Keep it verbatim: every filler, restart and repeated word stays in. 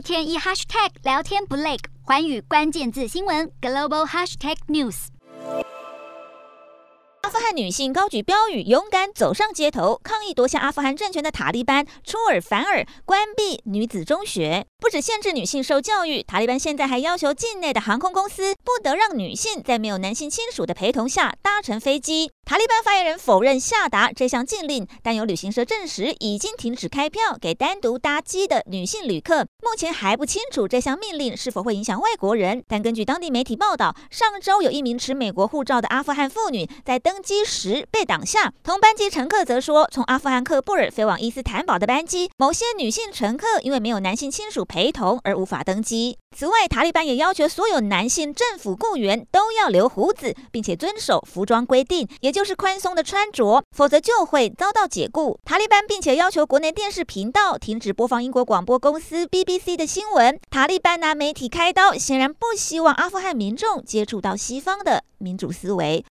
天一 hashtag 聊天不累，寰宇关键字新闻 global hashtag news。 阿富汗女性高举标语，勇敢走上街头，抗议夺下阿富汗政权的塔利班出尔反尔，关闭女子中学。不止限制女性受教育，塔利班现在还要求境内的航空公司不得让女性在没有男性亲属的陪同下搭乘飞机。塔利班发言人否认下达这项禁令，但有旅行社证实已经停止开票给单独搭机的女性旅客。目前还不清楚这项命令是否会影响外国人，但根据当地媒体报道，上周有一名持美国护照的阿富汗妇女在登机时被挡下，同班机乘客则说，从阿富汗喀布尔飞往伊斯坦堡的班机，某些女性乘客因为没有男性亲属陪同而无法登机。此外，塔利班也要求所有男性政府雇员都要留胡子，并且遵守服装规定，也就是宽松的穿着，否则就会遭到解雇。塔利班并且要求国内电视频道停止播放英国广播公司 B B C 的新闻。塔利班拿媒体开刀，显然不希望阿富汗民众接触到西方的民主思维。